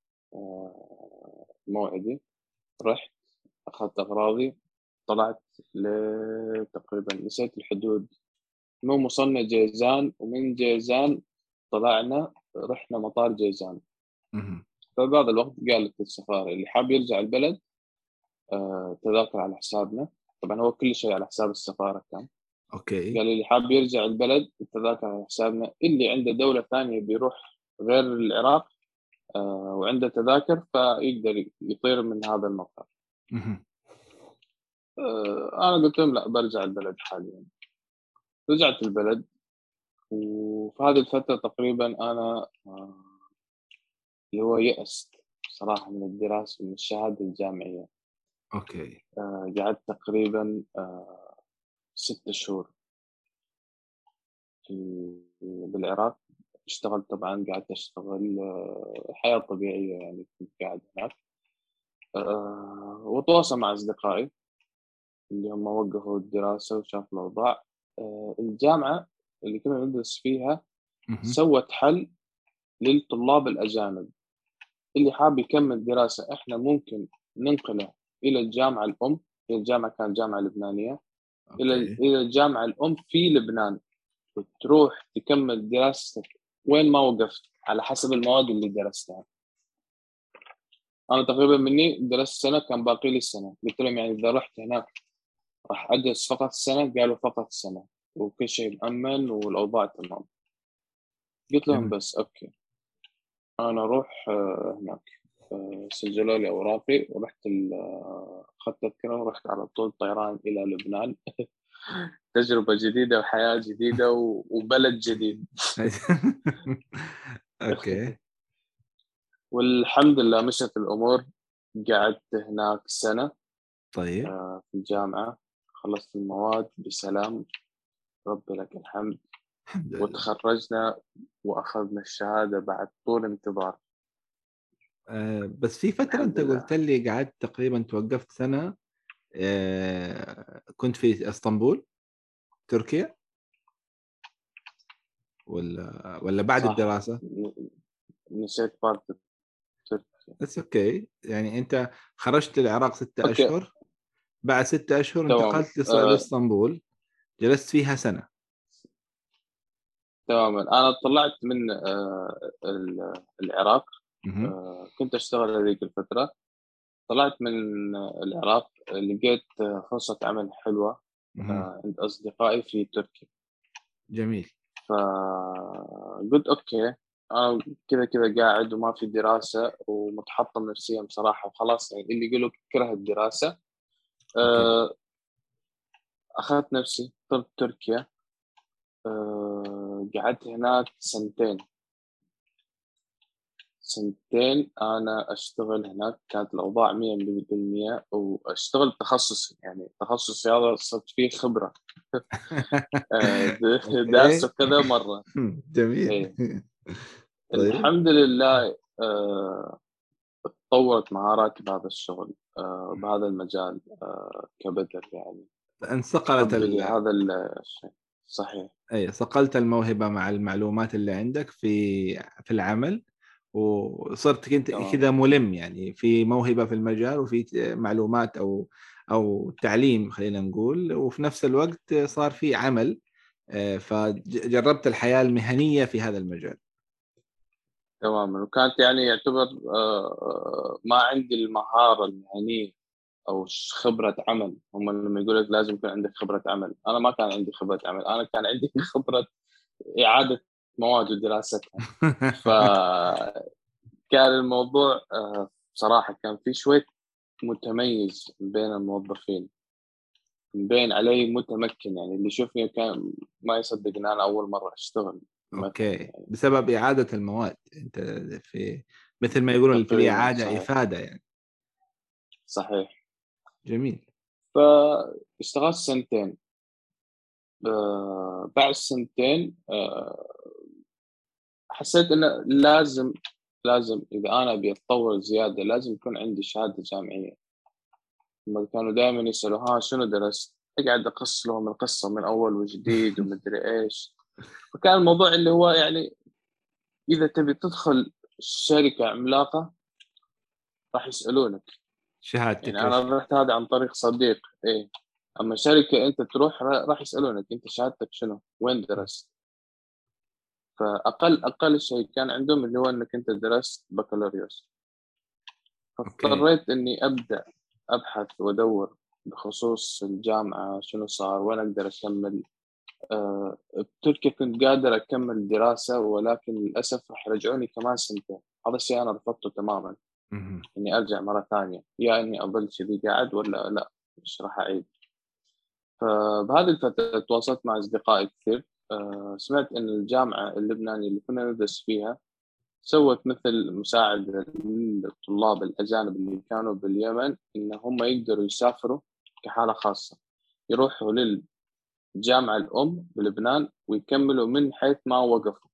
آه موعدي. رحت أخذت أغراضي، طلعت لتقريبا نسيت الحدود. المهم وصلنا جيزان، ومن جيزان طلعنا رحنا مطار جيزان. مهم. فبهذا الوقت قالت السفارة اللي حاب يرجع البلد، آه تذاكر على حسابنا. طبعا هو كل شيء على حساب السفارة كان. اوكي. قال اللي حاب يرجع البلد التذاكر على حسابنا، اللي عنده دولة ثانية بيروح غير العراق آه وعنده تذاكر فيقدر يطير من هذا المطار. مهم. آه، أنا قلت لهم لا برجع البلد حاليا. رجعت البلد، وفي هذه الفترة تقريبا أنا آه، اللي هو يأست صراحة من الدراسة من الشهادة الجامعية. اوكي. آه، قعدت تقريبا آه، ست شهور في بالعراق. اشتغلت طبعا، قعدت أشتغل آه، حياة طبيعية يعني، كنت قاعد هناك. آه، وتواصل مع أصدقائي اللي هم وقفوا الدراسة وشافوا الأوضاع. آه، الجامعة اللي كنا ندرس فيها مهم. سوت حل للطلاب الأجانب اللي حاب يكمل دراسة، إحنا ممكن ننقله إلى الجامعة الأم. هي الجامعة كانت جامعة لبنانية، إلى اوكي. إلى الجامعة الأم في لبنان، وتروح تكمل دراستك وين ما وقفت على حسب المواد اللي درستها. أنا تقريبا مني درست سنة، كان باقي لي السنة. قلت لهم يعني إذا رحت هناك راح أدرس فقط السنة؟ قالوا فقط السنة وكل شيء مأمن والأوضاع تمام. قلت لهم جميل. بس أوكي. أنا أروح آه، هناك. آه، سجلوا لي أوراقي ورحت ال- آه، أخذت تذكرة ورحت على طول طيران إلى لبنان. تجربة جديدة وحياة جديدة و- وبلد جديد. اوكي. والحمد لله مشت الأمور. قعدت هناك سنة طيب. آه، في الجامعة، خلصت المواد بسلام، ربي لك الحمد. الحمد لله. وتخرجنا وأخذنا الشهادة بعد طول انتظار. آه، بس في فترة الحمد انت قلت لله. لي قعدت تقريبا توقفت سنة، آه، كنت في اسطنبول تركيا، ولا ولا بعد صح، الدراسة؟ ن- نسيت بارت تركيا. بس اوكي، يعني انت خرجت العراق ستة أوكي اشهر، بعد ستة اشهر تمام. انتقلت لص- آه، لاسطنبول، جلست فيها سنة. تماما. أنا طلعت من آه، ال- العراق. مهم. آه، كنت أشتغل هذيك الفترة. طلعت من العراق، لقيت آه، فرصة عمل حلوة مهم. آه، عند أصدقائي في تركيا. جميل. فقلت أوكي، أنا كذا كذا قاعد وما في دراسة ومتحطم نفسيا بصراحة وخلاص، يعني اللي يقولوا كره الدراسة. اوكي. آه، أخذت نفسي طلت تركيا. آه، قعدت هناك سنتين. سنتين أنا أشتغل هناك، كانت الأوضاع مية بالمية، وأشتغل تخصصي، يعني تخصصي هذا صرت فيه خبرة. آه، د- دارسه اوكي. كذا مرة. جميل. إيه. طيب. الحمد لله. آه، تطورت مهاراتي بهذا الشغل، آه، بهذا المجال آه، كبدر يعني. انصقلت ربي لي ال... هذا الشيء. صحيح. اي، صقلت الموهبة مع المعلومات اللي عندك في في العمل، وصرت كنت كذا تماما. ملم، يعني في موهبة في المجال وفي معلومات او او تعليم خلينا نقول، وفي نفس الوقت صار في عمل. آه، فجربت الحياة المهنية في هذا المجال. تماما. وكانت يعني يعتبر آه، ما عندي المهارة المهنية او ش- خبره عمل. هم لما يقول لك لازم يكون عندك خبره عمل، انا ما كان عندي خبره عمل، انا كان عندي خبره اعاده مواد ودراستها. فكان الموضوع آه، بصراحه كان في شويه متميز بين الموظفين، مبين علي متمكن، يعني اللي يشوفني كان ما يصدق ان انا اول مره اشتغل مثلا اوكي، يعني. بسبب إعادة المواد انت، في مثل ما يقولون في تقريبا الإعادة صحيح. إفادة يعني. صحيح. جميل. فاشتغلت سنتين. آه، بعد سنتين آه، حسيت انه لازم لازم اذا انا ابي اتطور زياده لازم يكون عندي شهاده جامعيه. هم كانوا دائما يسالوا ها شنو درست، اقعد اقص لهم القصه من اول وجديد ومدري ايش. فكان الموضوع اللي هو يعني اذا تبي تدخل شركه عملاقه راح يسالونك. شهادتك يعني انا ايش؟ رحت هذا عن طريق صديق. ايه. اما شركه انت تروح راح يسالونك انت شهادتك شنو، وين درست. فاقل اقل شيء كان عندهم اللي هو انك انت درست بكالوريوس. اوكي. فاضطريت إني أبدأ أبحث وأدور بخصوص الجامعة شنو صار، وين أقدر أكمل. أه بتركيا كنت قادر أكمل دراسة، ولكن للأسف راح يرجعوني كمان سنتين. هذا الشيء أنا رفضته تماما، مهم. إني أرجع مرة ثانية، يا إني أظل كذي قاعد ولا لا، مش راح أعيد. فبهذه الفترة تواصلت مع أصدقائي كثير. آه، سمعت إن الجامعة اللبنانية اللي كنا ندرس فيها سوت مثل مساعدة للطلاب الأجانب اللي كانوا باليمن، إن هم يقدروا يسافروا كحالة خاصة، يروحوا للجامعة الأم بلبنان ويكملوا من حيث ما وقفوا.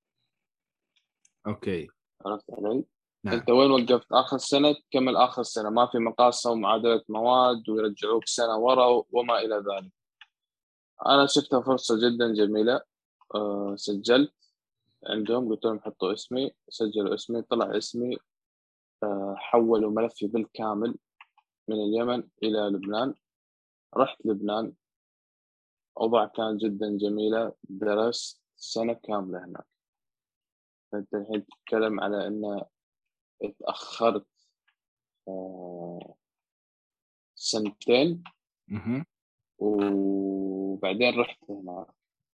اوكي. عرفت علي؟ نعم. أنت وين وقفت آخر سنة تكمل آخر سنة، ما في مقاصة ومعادلة مواد ويرجعوك سنة ورا وما إلى ذلك. أنا شفتها فرصة جدا جميلة. أه سجلت عندهم، قلت لهم حطوا اسمي، سجلوا اسمي، طلع اسمي. أه حولوا ملفي بالكامل من اليمن إلى لبنان. رحت لبنان، أوضاع كانت جدا جميلة، درست سنة كاملة هناك. أنت الحين تتكلم على أن اتأخرت أه سنتين، مهم. وبعدين رحت هناك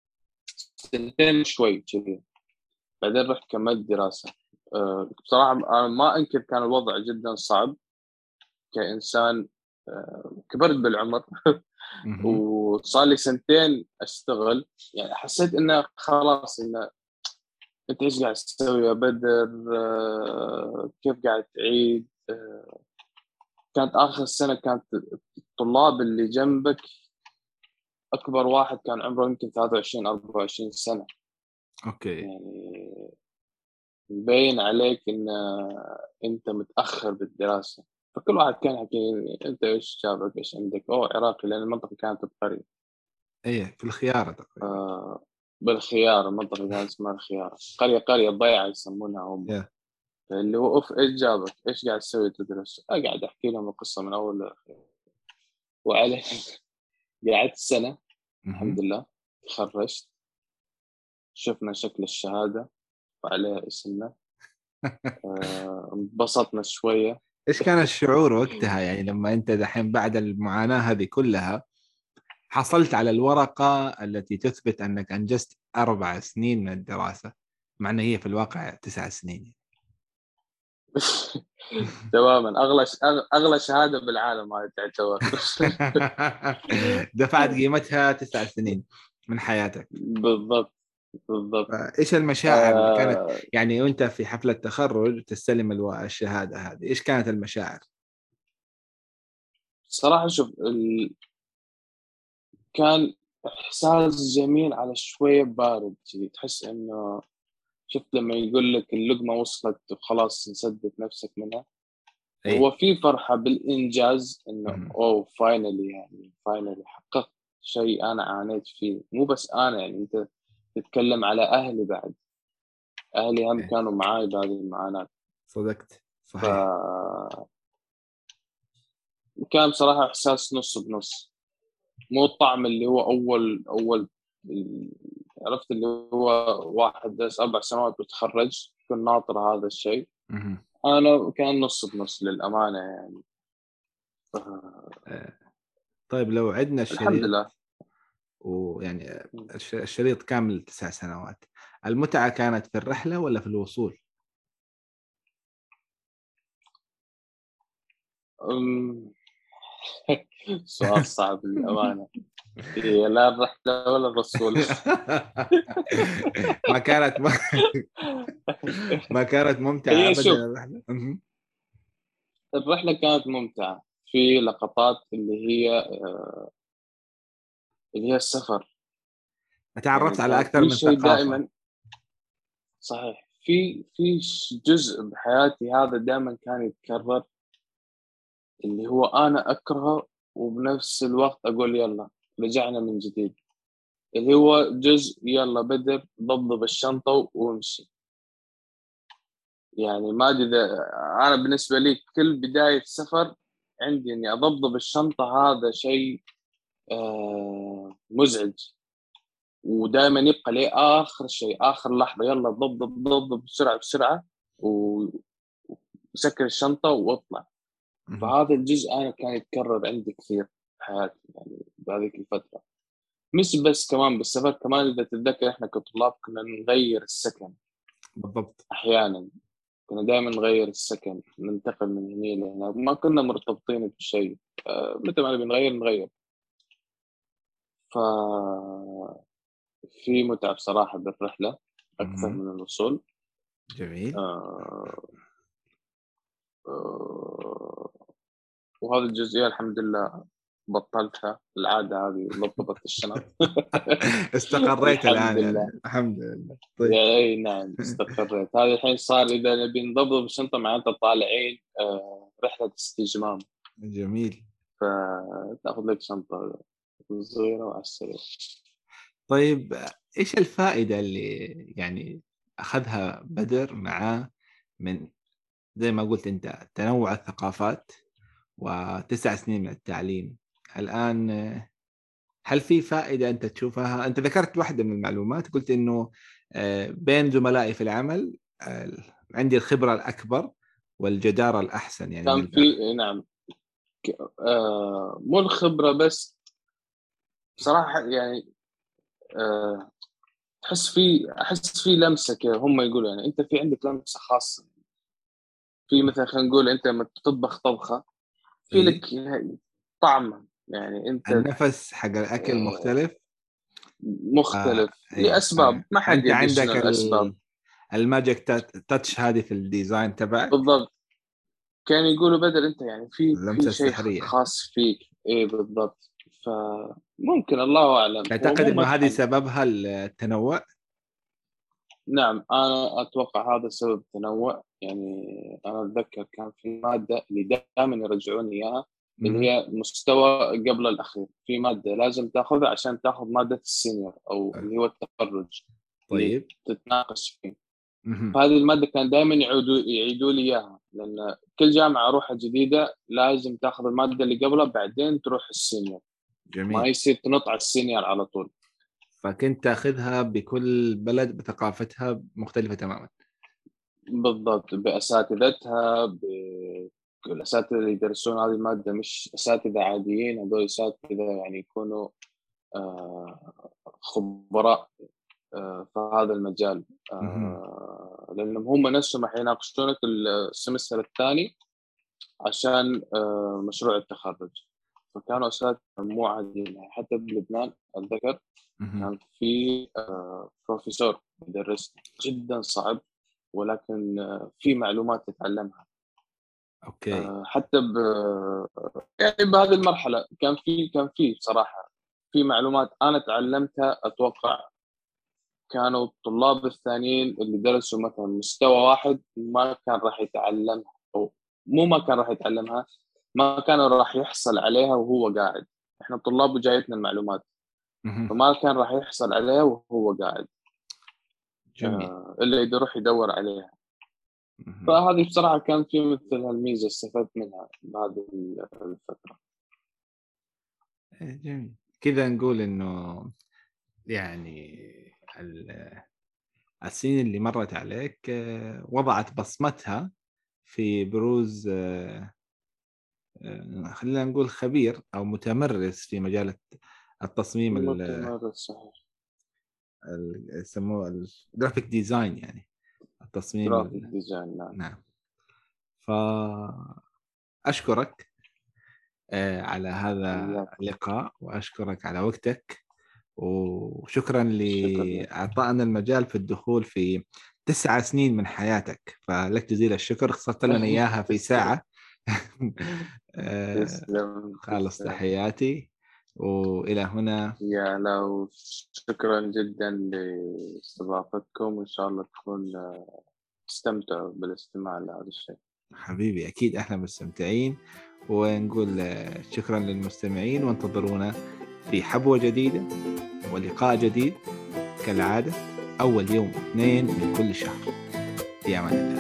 سنتين شوي كذي، بعدين رحت كملت دراسة. أه بصراحة أنا ما أنكر كان الوضع جدا صعب كإنسان. أه كبرت بالعمر مهم. وصار لي سنتين أشتغل، يعني حسيت إنه خلاص إنه أنت إيش قاعد تسوي يا بدر؟ أه كيف قاعد تعيد؟ أه كانت آخر سنة، كانت الطلاب اللي جنبك أكبر واحد كان عمره يمكن ثلاثة وعشرين أربعة وعشرين سنة. اوكي. يعني مبين عليك إن أنت متأخر بالدراسة. فكل واحد كان حكي أنت إيش جابك، إيش عندك؟ أوه عراقي، لأن المنطقة كانت بقرية. ايه في الخيارة تقريبا. آه بالخيار، المنطقة كانت اسمها الخيار، قرية قرية ضيعة يسمونها هم. yeah. اللي هو أوف إيش جابك، إيش قاعد تسوي تدرس؟ أقعد أحكي لهم القصة من أول لآخر. وعليه قعدت سنة، مهم. الحمد لله تخرجت، شفنا شكل الشهادة وعليها اسمنا. آه، انبسطنا شوية. ايش كان الشعور وقتها يعني لما انت دحين بعد المعاناة هذه كلها حصلت على الورقة التي تثبت انك انجزت اربع سنين من الدراسة، مع ان هي في الواقع تسع سنين؟ تماما، أغلى أغلى شهادة بالعالم هذه تعتبر. دفعت قيمتها تسع سنين من حياتك. بالضبط بالضبط. ايش المشاعر اللي كانت آه يعني وانت في حفلة تخرج تستلم الو- الشهادة هذه؟ ايش كانت المشاعر؟ صراحة شوف ال... كان إحساس جميل على شوية بارد، جي. تحس إنه شفت لما يقول لك اللقمة وصلت وخلاص نسدت نفسك منها. اي. هو في فرحة بالإنجاز، إنه مهم. أوه فاينلي، يعني فاينلي حققت شيء أنا عانيت فيه. مو بس أنا، يعني أنت تتكلم على أهلي بعد. أهلي هم إيه. كانوا معاي بهذه المعاناة. صدقت صحيح. فكان بصراحة إحساس نص بنص. مو الطعم اللي هو أول أول عرفت اللي هو واحد درس أربع سنوات وتخرج كنت ناطر هذا الشيء. مهم. أنا كان نص بنص للأمانة يعني. آه، طيب لو عدنا الحمد الشريط، لله. ويعني الش- الشريط كامل تسع سنوات، المتعة كانت في الرحلة ولا في الوصول؟ أم، سؤال صعب للأمانة. هي لا الرحلة ولا الرسول. ما كانت ما كانت ممتعة هي أبدا شوف، الرحلة؟ مهم. الرحلة كانت ممتعة في لقطات اللي هي اللي هي السفر. يعني تعرفت على كان أكثر في من شيء ثقافة. دائما صحيح، في في ش- جزء بحياتي هذا دائما كان يتكرر، اللي هو أنا أكرهه وبنفس الوقت أقول يلا رجعنا من جديد. اللي هو جزء يلا بدر ضبضب الشنطة وامشي. يعني ما أدري إذا أنا بالنسبة لي كل بداية سفر عندي إني أضبضب الشنطة، هذا شيء آه مزعج. ودائما يبقى لي آخر شيء آخر لحظة، يلا ضبضب ضبضب بسرعة بسرعة و- وسكر الشنطة واطلع. مهم. فهذا الجزء أنا كان يتكرر عندي كثير في حياتي يعني بهذيك الفترة. مش بس كمان بالسفر، كمان إذا تتذكر إحنا كطلاب كنا نغير السكن بالضبط. أحيانا. كنا دائما نغير السكن، ننتقل من هنا لهنا، ما كنا مرتبطين بشيء. آه، متى ما بنغير نغير. ف في متعة بصراحة بالرحلة أكثر مهم. من الوصول. جميل. آه، آه، وهذه الجزئية الحمد لله بطلتها، العادة هذه لطبت الشنط. استقريت الحمد الآن لله. يعني، الحمد لله. طيب. يا أي نعم استقريت. هذه الحين صار إذا نبي نضبط الشنطة معناتها طالعين آه، رحلة استجمام، جميل. فتأخذ لك شنطة صغيرة وعلى السريع. طيب إيش الفائدة اللي يعني أخذها بدر معاه من زي ما قلت أنت تنوع الثقافات وتسع سنين من التعليم الآن؟ هل في فائدة أنت تشوفها؟ أنت ذكرت واحدة من المعلومات، قلت إنه آه، بين زملائي في العمل آه، عندي الخبرة الأكبر والجدارة الأحسن يعني كان من الآخر. في نعم آه، مو الخبرة بس بصراحة يعني آه، تحس في أحس في لمسة كده، هم يقولوا يعني أنت في عندك لمسة خاصة. في مثلا خلينا نقول أنت لما تطبخ طبخة في إيه؟ لك طعم، يعني أنت النفس حق الأكل آه، مختلف. آه، مختلف إيه. لأسباب ما حد فأنت يدري شنو عندك الأسباب ال- الماجيك تات- تاتش هذه في الديزاين تبعك، بالضبط. كان يقولوا بدل أنت يعني في اللمسة في شيء السحرية. خاص فيك. إيه بالضبط. فممكن الله أعلم، هو تعتقد مو إنه هذه مدحا. سببها التنوع؟ نعم أنا أتوقع هذا سبب التنوع. يعني أنا أتذكر كان في مادة اللي دائما يرجعوني إياها، اللي مهم. هي مستوى قبل الأخير. في مادة لازم تاخذها عشان تاخذ مادة السينيور أو اللي هو التخرج اللي طيب. تتناقش فيه. مهم. فهذه المادة كان دائما يعيدوا يعيدوا لي إياها، لأن كل جامعة أروحها جديدة لازم تاخذ المادة اللي قبلها بعدين تروح السينيور، ما جميل. يصير تنط على السينيور على طول. فكنت تاخذها بكل بلد بثقافتها مختلفة تماما. بالضبط، بأساتذتها، الأساتذة اللي يدرسون هذه المادة مش أساتذة عاديين، هذول أساتذة يعني يكونوا آه، خبراء آه، في هذا المجال. مهم. آه، لأنهم هم نفسهم راح يناقشونك السمستر الثاني عشان آه، مشروع التخرج. فكانوا أساتذة مو عاديين. يعني حتى بلبنان أتذكر مهم. كان في آه، بروفيسور يدرس جدا صعب، ولكن آه، في معلومات تتعلمها. اوكي. آه، حتى ب يعني بهذه المرحلة كان في كان في بصراحة في معلومات أنا تعلمتها أتوقع كانوا الطلاب الثانيين اللي درسوا مثلا مستوى واحد ما كان راح يتعلمها، أو مو ما كان راح يتعلمها، ما كان راح يحصل عليها وهو قاعد. إحنا طلاب وجايتنا المعلومات، مهم. فما كان راح يحصل عليها وهو قاعد جميل. آه، إلا إذا يروح يدور عليها. مهم. فهذه بصراحة كان في مثل هالميزة استفدت منها بهذه الفترة. جميل. كذا نقول انه يعني ال- السنين اللي مرت عليك آه، وضعت بصمتها في بروز آه، آه، خلينا نقول خبير او متمرس في مجال التصميم ال- متمرس صحيح. ال- يسموه الجرافيك ديزاين، يعني التصميم جرافيك ال- ديزاين نعم. نعم. فأشكرك آه، على هذا إياكم. اللقاء، وأشكرك على وقتك، وشكرا شكرا لك. لإعطائنا المجال في الدخول في تسع سنين من حياتك، فلك جزيل الشكر، اختصرت لنا إياها في تسلم. ساعة. آه، تسلم خالص تسلم. تحياتي، وإلى هنا. يا لو شكرا جدا لاستضافتكم، وإن شاء الله تكون تستمتعوا بالاستماع لهذا الشيء. حبيبي أكيد إحنا مستمتعين، ونقول آه، شكرا للمستمعين، وانتظرونا في حبوة جديدة ولقاء جديد كالعادة أول يوم اثنين من كل شهر. في أمان الله.